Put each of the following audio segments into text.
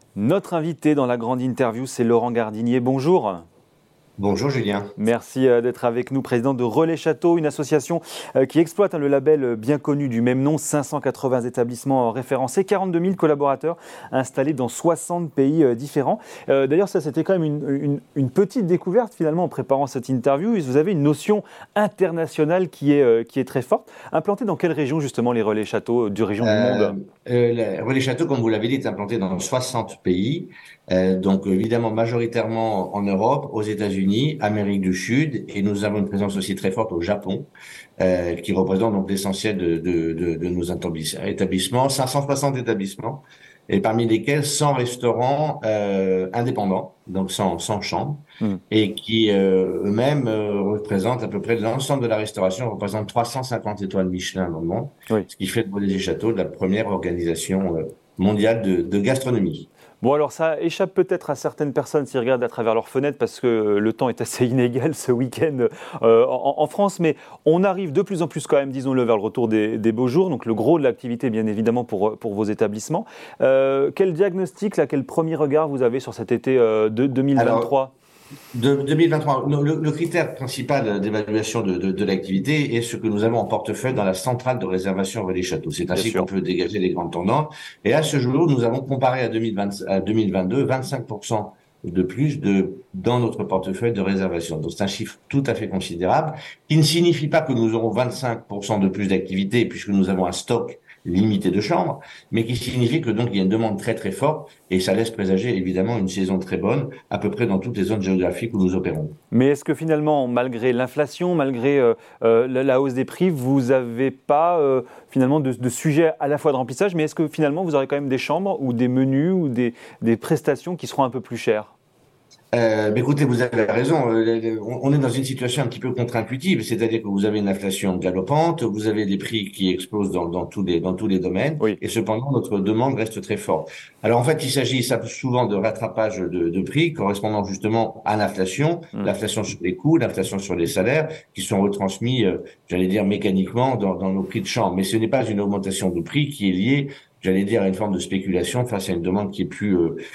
Notre invité dans la grande interview, c'est Laurent Gardinier. Bonjour. Bonjour Julien. Merci d'être avec nous, président de Relais Châteaux, une association qui exploite le label bien connu du même nom, 580 établissements référencés, 42 000 collaborateurs installés dans 60 pays différents. D'ailleurs, ça c'était quand même une petite découverte finalement en préparant cette interview. Vous avez une notion internationale qui est très forte. Implantée dans quelle région justement les Relais Châteaux du région du monde? Relais Châteaux, comme vous l'avez dit, est implanté dans 60 pays, donc évidemment majoritairement en Europe, aux États-Unis, Amérique du Sud, et nous avons une présence aussi très forte au Japon, qui représente donc l'essentiel de nos établissements, 560 établissements, et parmi lesquels 100 restaurants indépendants, donc sans chambre, Hmm. et qui eux-mêmes représentent à peu près l'ensemble de la restauration, représentent 350 étoiles Michelin dans le monde, Oui. ce qui fait de Relais Châteaux la première organisation mondiale de gastronomie. Bon, alors ça échappe peut-être à certaines personnes s'ils regardent à travers leurs fenêtres parce que le temps est assez inégal ce week-end en France, mais on arrive de plus en plus quand même, disons-le, vers le retour des beaux jours, donc le gros de l'activité bien évidemment pour vos établissements. Quel diagnostic, là, quel premier regard vous avez sur cet été de Alors, 2023? 2023, le critère principal d'évaluation de l'activité est ce que nous avons en portefeuille dans la centrale de réservation Relais Châteaux. C'est Bien ainsi qu'on sûr. peut dégager les grandes tendances. Et à ce jour, nous avons comparé à 2020, à 2022, 25% de plus dans notre portefeuille de réservation. Donc c'est un chiffre tout à fait considérable, qui ne signifie pas que nous aurons 25% de plus d'activité puisque nous avons un stock limité de chambres, mais qui signifie que donc il y a une demande très très forte et ça laisse présager évidemment une saison très bonne à peu près dans toutes les zones géographiques où nous opérons. Mais est-ce que finalement, malgré l'inflation, malgré la hausse des prix, vous n'avez pas finalement de sujet à la fois de remplissage, mais est-ce que finalement vous aurez quand même des chambres ou des menus ou des prestations qui seront un peu plus chères? Mais écoutez, vous avez raison. On est dans une situation un petit peu contre-intuitive, c'est-à-dire que vous avez une inflation galopante, vous avez des prix qui explosent dans tous les domaines, Oui. et cependant notre demande reste très forte. Alors en fait, il s'agit ça souvent de rattrapage de prix correspondant justement à l'inflation, Hmm. l'inflation sur les coûts, l'inflation sur les salaires, qui sont retransmis, j'allais dire mécaniquement dans nos prix de chambre. Mais ce n'est pas une augmentation de prix qui est liée, j'allais dire, à une forme de spéculation face à une demande qui est plus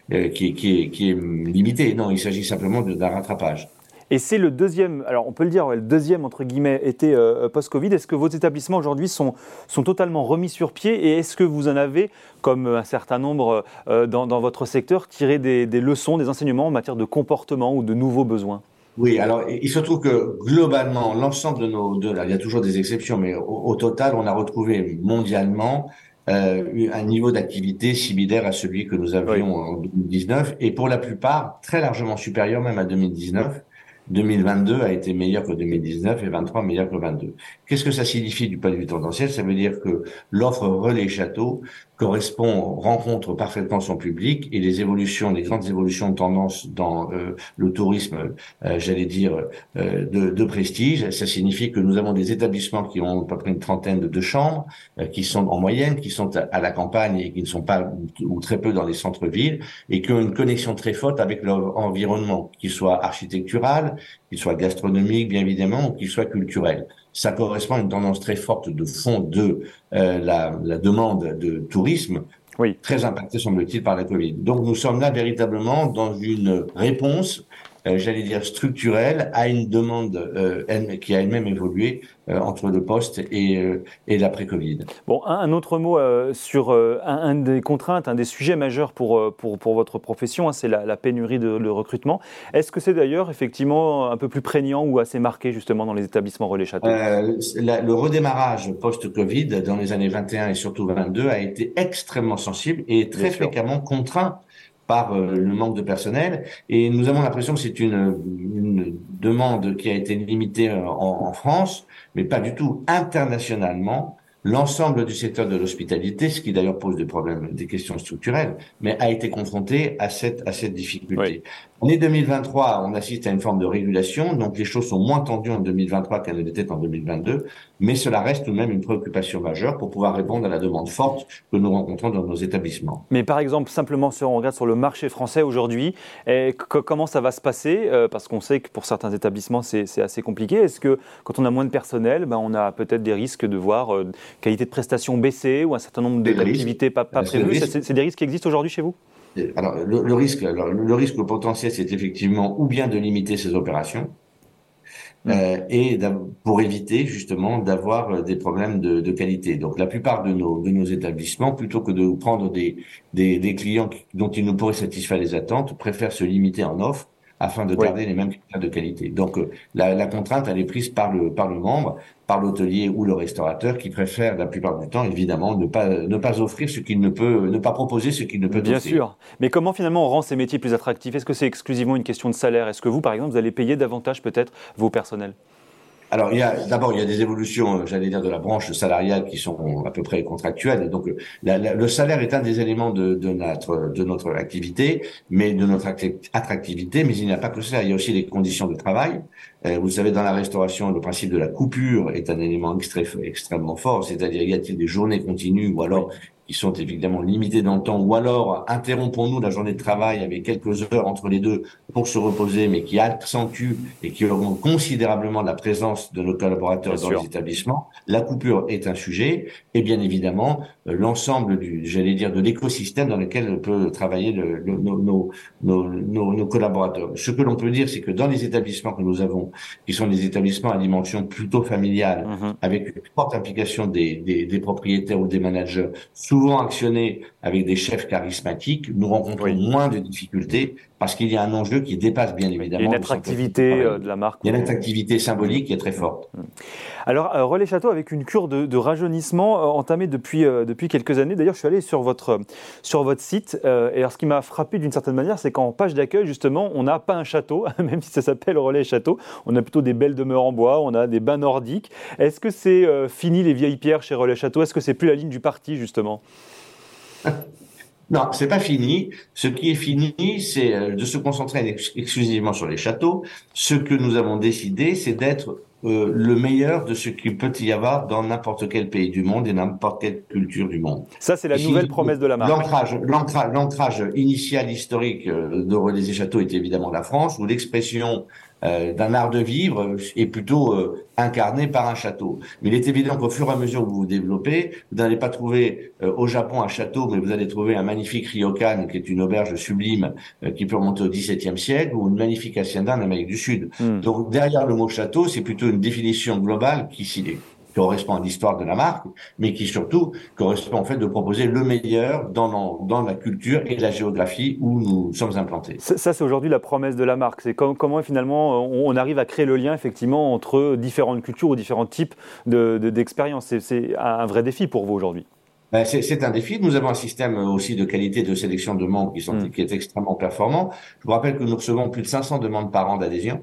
qui est limité. Non, il s'agit simplement d'un rattrapage. Et c'est le deuxième, alors on peut le dire, ouais, le deuxième entre guillemets été post-Covid. Est-ce que vos établissements aujourd'hui sont totalement remis sur pied et est-ce que vous en avez, comme un certain nombre dans votre secteur, tiré des leçons, des enseignements en matière de comportement ou de nouveaux besoins? Oui, alors il se trouve que globalement, l'ensemble il y a toujours des exceptions, mais au total, on a retrouvé mondialement un niveau d'activité similaire à celui que nous Oui. avions en 2019 et pour la plupart très largement supérieur même à 2019. 2022 a été meilleur que 2019 et 23 meilleur que 22. Qu'est-ce que ça signifie du point de vue tendanciel? Ça veut dire que l'offre Relais Château rencontre parfaitement son public et les grandes évolutions de tendance dans le tourisme, j'allais dire, de prestige. Ça signifie que nous avons des établissements qui ont à peu près une trentaine de chambres, qui sont en moyenne, qui sont à la campagne et qui ne sont pas ou très peu dans les centres-villes et qui ont une connexion très forte avec leur environnement, qu'il soit architectural, qu'il soit gastronomique, bien évidemment, ou qu'il soit culturel. Ça correspond à une tendance très forte de fond de la demande de tourisme, Oui. très impactée, semble-t-il, par la Covid. Donc, nous sommes là véritablement dans une réponse, j'allais dire structurelle, à une demande qui a elle-même évolué entre le post et l'après-Covid. Bon, un autre mot sur un des contraintes, un des sujets majeurs pour votre profession, hein, c'est la pénurie de recrutement. Est-ce que c'est d'ailleurs effectivement un peu plus prégnant ou assez marqué justement dans les établissements Relais Châteaux? Le redémarrage post-Covid dans les années 21 et surtout 22 a été extrêmement sensible et Bien très sûr. fréquemment contraint par le manque de personnel. Et nous avons l'impression que c'est une demande qui a été limitée en France, mais pas du tout internationalement. L'ensemble du secteur de l'hospitalité, ce qui d'ailleurs pose des problèmes, des questions structurelles, mais a été confronté à cette Oui. difficulté. En 2023, on assiste à une forme de régulation, donc les choses sont moins tendues en 2023 qu'elles ne l'étaient en 2022, mais cela reste tout de même une préoccupation majeure pour pouvoir répondre à la demande forte que nous rencontrons dans nos établissements. Mais par exemple, simplement si on regarde sur le marché français aujourd'hui, comment ça va se passer? Parce qu'on sait que pour certains établissements, c'est assez compliqué. Est-ce que quand on a moins de personnel, ben, on a peut-être des risques de voir qualité de prestation baisser ou un certain nombre C'est le risque. d'activités pas C'est le prévues? risque. C'est des risques qui existent aujourd'hui chez vous? Alors, le risque potentiel, c'est effectivement ou bien de limiter ces opérations, Hmm. pour éviter justement d'avoir des problèmes de qualité. Donc la plupart de nos établissements, plutôt que de prendre des clients dont ils ne pourraient satisfaire les attentes, préfèrent se limiter en offre afin de Oui. garder les mêmes critères de qualité. Donc la contrainte, elle est prise par le membre, par l'hôtelier ou le restaurateur qui préfère la plupart du temps, évidemment, ne pas offrir ce qu'il ne peut, ne pas proposer ce qu'il ne peut Bien offrir. sûr. Mais comment finalement on rend ces métiers plus attractifs? Est-ce que c'est exclusivement une question de salaire? Est-ce que vous, par exemple, vous allez payer davantage peut-être vos personnels? Alors, il y a des évolutions, j'allais dire, de la branche salariale qui sont à peu près contractuelles. Et donc, le salaire est un des éléments de notre activité, mais de notre attractivité. Mais il n'y a pas que ça. Il y a aussi les conditions de travail. Vous savez, dans la restauration, le principe de la coupure est un élément extrêmement fort. C'est-à-dire, y a-t-il des journées continues ou Oui, alors qui sont évidemment limitées dans le temps, ou alors interrompons-nous la journée de travail avec quelques heures entre les deux pour se reposer, mais qui accentue et qui augmente considérablement la présence de nos bien collaborateurs dans les sûr. établissements. La coupure est un sujet, et bien évidemment l'ensemble j'allais dire, de l'écosystème dans lequel peut travailler nos collaborateurs. Ce que l'on peut dire, c'est que dans les établissements que nous avons, qui sont des établissements à dimension plutôt familiale, Mhm. avec une forte implication des propriétaires ou des managers, souvent actionnés avec des chefs charismatiques, nous rencontrons Oui. moins de difficultés parce qu'il y a un enjeu qui dépasse bien Oui. Il y a une évidemment le centre de attractivité travail. de la marque Il y a autour. l'attractivité Mhm. symbolique qui est très Mhm. forte. Mhm. Alors, Relais Château, avec une cure de rajeunissement entamée depuis quelques années. D'ailleurs, je suis allé sur votre site. Et alors, ce qui m'a frappé d'une certaine manière, c'est qu'en page d'accueil, justement, on n'a pas un château, même si ça s'appelle Relais Château. On a plutôt des belles demeures en bois, on a des bains nordiques. Est-ce que c'est fini les vieilles pierres chez Relais Château? Est-ce que c'est plus la ligne du parti, justement? Non, c'est pas fini. Ce qui est fini, c'est de se concentrer exclusivement sur les châteaux. Ce que nous avons décidé, c'est d'être le meilleur de ce qu'il peut y avoir dans n'importe quel pays du monde et n'importe quelle culture du monde. Ça, c'est la nouvelle Ici, promesse de la marque. l'ancrage initial historique de Relais et Châteaux est évidemment la France, où l'expression d'un art de vivre est plutôt incarnée par un château. Mais il est évident qu'au fur et à mesure que vous vous développez, vous n'allez pas trouver au Japon un château, mais vous allez trouver un magnifique ryokan, qui est une auberge sublime qui peut remonter au XVIIe siècle, ou une magnifique hacienda en Amérique du Sud. Hmm. Donc derrière le mot château, c'est plutôt une définition globale qui correspond à l'histoire de la marque, mais qui surtout correspond en fait de proposer le meilleur dans la culture et la géographie où nous sommes implantés. Ça, c'est aujourd'hui la promesse de la marque. C'est comment finalement on arrive à créer le lien effectivement entre différentes cultures ou différents types d'expériences. C'est un vrai défi pour vous aujourd'hui. Ben, c'est un défi. Nous avons un système aussi de qualité de sélection de membres Hmm. qui est extrêmement performant. Je vous rappelle que nous recevons plus de 500 demandes par an d'adhésion.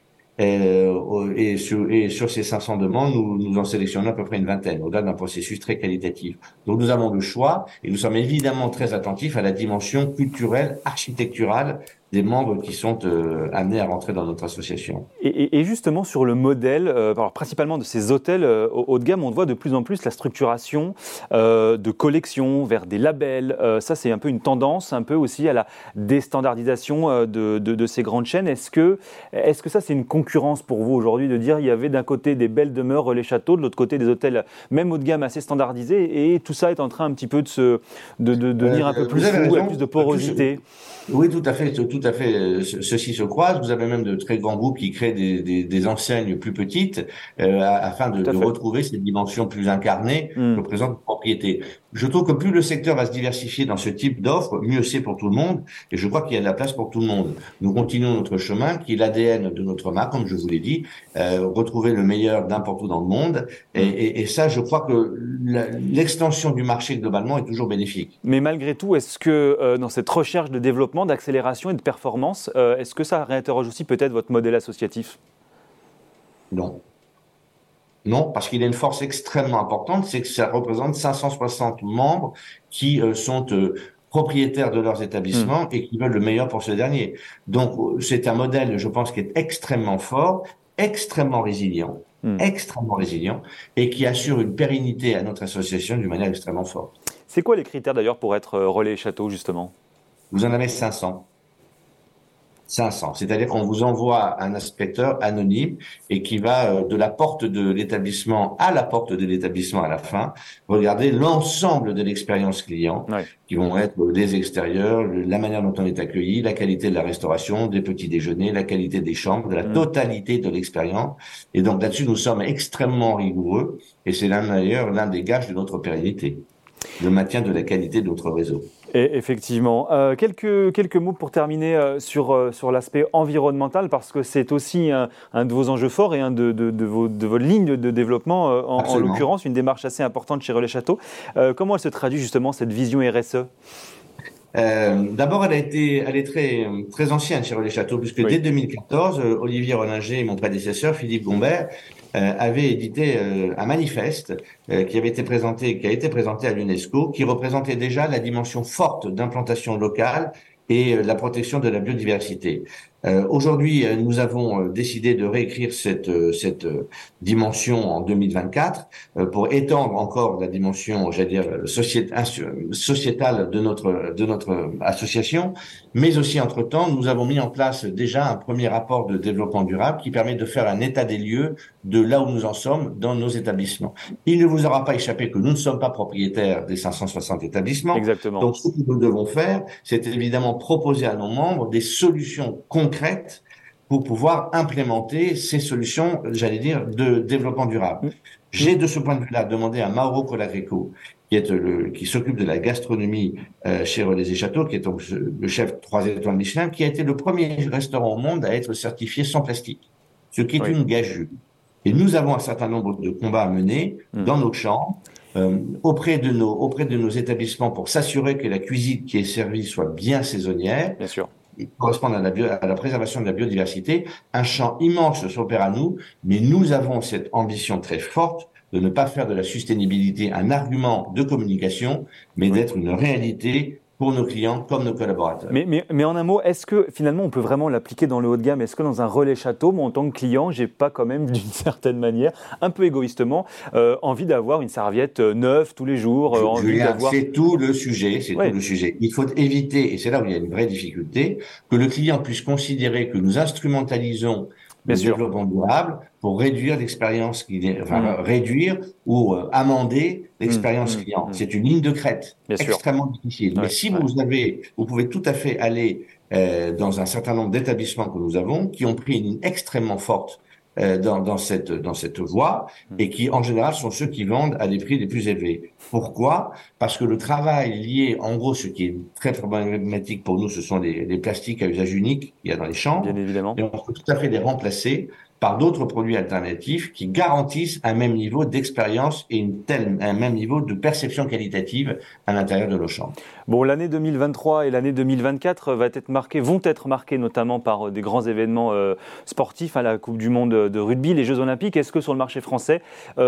Et sur ces 500 demandes, nous en sélectionnons à peu près une vingtaine, au-delà d'un processus très qualitatif. Donc nous avons le choix et nous sommes évidemment très attentifs à la dimension culturelle, architecturale des membres qui sont amenés à rentrer dans notre association. Et justement sur le modèle, alors principalement de ces hôtels haut de gamme, on voit de plus en plus la structuration de collections vers des labels. Ça, c'est un peu une tendance, un peu aussi à la déstandardisation de ces grandes chaînes. Est-ce que ça, c'est une concurrence pour vous aujourd'hui de dire il y avait d'un côté des belles demeures, les châteaux, de l'autre côté des hôtels même haut de gamme assez standardisés, et tout ça est en train un petit peu de devenir un peu plus Vous avez flou, avec plus raison. de porosité? Oui, tout à fait, tout à fait. Ceci se croise. Vous avez même de très grands groupes qui créent des enseignes plus petites afin Tout à de fait. retrouver cette dimension plus incarnée que Hmm. présente la propriété. Je trouve que plus le secteur va se diversifier dans ce type d'offres, mieux c'est pour tout le monde. Et je crois qu'il y a de la place pour tout le monde. Nous continuons notre chemin, qui est l'ADN de notre marque, comme je vous l'ai dit, retrouver le meilleur n'importe où dans le monde. Hmm. Et ça, je crois que l'extension du marché globalement est toujours bénéfique. Mais malgré tout, est-ce que dans cette recherche de développement, d'accélération et de performance, est-ce que ça réinterroge aussi peut-être votre modèle associatif? Non. Non, parce qu'il a une force extrêmement importante, c'est que ça représente 560 membres qui sont propriétaires de leurs Hmm. établissements et qui veulent le meilleur pour ce dernier. Donc, c'est un modèle, je pense, qui est extrêmement fort, extrêmement résilient, Hmm. extrêmement résilient, et qui assure une pérennité à notre association d'une manière extrêmement forte. C'est quoi les critères d'ailleurs pour être relais château justement? Vous en avez 500. 500. C'est-à-dire qu'on vous envoie un inspecteur anonyme et qui va de la porte de l'établissement à la porte de l'établissement à la fin regarder l'ensemble de l'expérience client, Ouais. qui vont être les extérieurs, la manière dont on est accueilli, la qualité de la restauration, des petits déjeuners, la qualité des chambres, de la totalité de l'expérience. Et donc là-dessus, nous sommes extrêmement rigoureux et c'est d'ailleurs l'un des gages de notre pérennité, le maintien de la qualité de notre réseau. Et effectivement. Quelques mots pour terminer sur l'aspect environnemental, parce que c'est aussi un de vos enjeux forts et un de vos lignes de développement, en l'occurrence, une démarche assez importante chez Relais Château. Comment elle se traduit justement, cette vision RSE ? D'abord, elle est très ancienne chez Relais Château, puisque dès 2014, Olivier Rollinger et mon prédécesseur, Philippe Gombert, avaient édité un manifeste qui a été présenté à l'UNESCO, qui représentait déjà la dimension forte d'implantation locale et la protection de la biodiversité. Aujourd'hui, nous avons décidé de réécrire cette dimension en 2024 pour étendre encore la dimension, j'allais dire, sociétale de notre association, mais aussi entre-temps, nous avons mis en place déjà un premier rapport de développement durable qui permet de faire un état des lieux de là où nous en sommes dans nos établissements. Il ne vous aura pas échappé que nous ne sommes pas propriétaires des 560 établissements. Exactement. Donc, ce que nous devons faire, c'est évidemment proposer à nos membres des solutions concrètes pour pouvoir implémenter ces solutions, j'allais dire, de développement durable. J'ai de ce point de vue-là demandé à Mauro Colagreco, qui s'occupe de la gastronomie chez Relais et Châteaux, qui est donc le chef 3 étoiles Michelin, qui a été le premier restaurant au monde à être certifié sans plastique, ce qui est une gageure. Et nous avons un certain nombre de combats à mener dans nos chambres, auprès de nos établissements pour s'assurer que la cuisine qui est servie soit bien saisonnière. Bien sûr. Correspondent à la préservation de la biodiversité. Un champ immense s'opère à nous, mais nous avons cette ambition très forte de ne pas faire de la sustainabilité un argument de communication, mais d'être une réalité pour nos clients comme nos collaborateurs. Mais en un mot, est-ce que finalement on peut vraiment l'appliquer dans le haut de gamme ? Est-ce que dans un Relais Château, moi en tant que client, j'ai pas quand même d'une certaine manière, un peu égoïstement, envie d'avoir une serviette neuve tous les jours, Julien, c'est tout le sujet, tout le sujet. Il faut éviter, et c'est là où il y a une vraie difficulté, que le client puisse considérer que nous instrumentalisons le développement durable pour réduire l'expérience réduire ou amender l'expérience client. C'est une ligne de crête extrêmement difficile. Mais si vous pouvez tout à fait aller dans un certain nombre d'établissements que nous avons qui ont pris une ligne extrêmement forte dans cette voie et qui, en général, sont ceux qui vendent à des prix les plus élevés. Pourquoi ? Parce que le travail lié, en gros, ce qui est très problématique pour nous, ce sont les plastiques à usage unique qu'il y a dans les chambres. Bien évidemment. Et on peut tout à fait les remplacer par d'autres produits alternatifs qui garantissent un même niveau d'expérience et un même niveau de perception qualitative à l'intérieur de nos chambres. Bon, l'année 2023 et l'année 2024 vont être marquées notamment par des grands événements sportifs, la Coupe du Monde de rugby, les Jeux Olympiques. Est-ce que sur le marché français,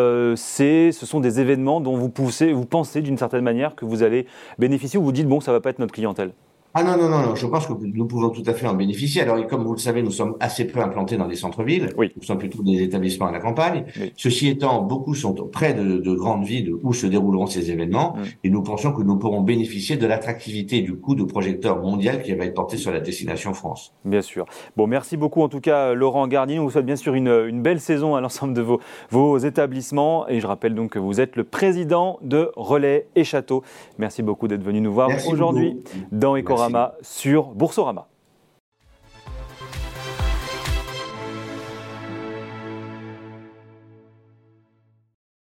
ce sont des événements dont vous pensez d'une certaine manière que vous allez bénéficier, ou vous dites, bon, ça ne va pas être notre clientèle ? Ah non, je pense que nous pouvons tout à fait en bénéficier. Alors, comme vous le savez, nous sommes assez peu implantés dans des centres-villes. Oui. Nous sommes plutôt des établissements à la campagne. Oui. Ceci étant, beaucoup sont près de grandes villes où se dérouleront ces événements. Et nous pensons que nous pourrons bénéficier de l'attractivité du coup de projecteur mondial qui va être porté sur la destination France. Bien sûr. Bon, merci beaucoup en tout cas, Laurent Garnier. On vous souhaite bien sûr une belle saison à l'ensemble de vos établissements. Et je rappelle donc que vous êtes le président de Relais et Châteaux. Merci beaucoup d'être venu nous voir aujourd'hui dans Ecorama sur Boursorama.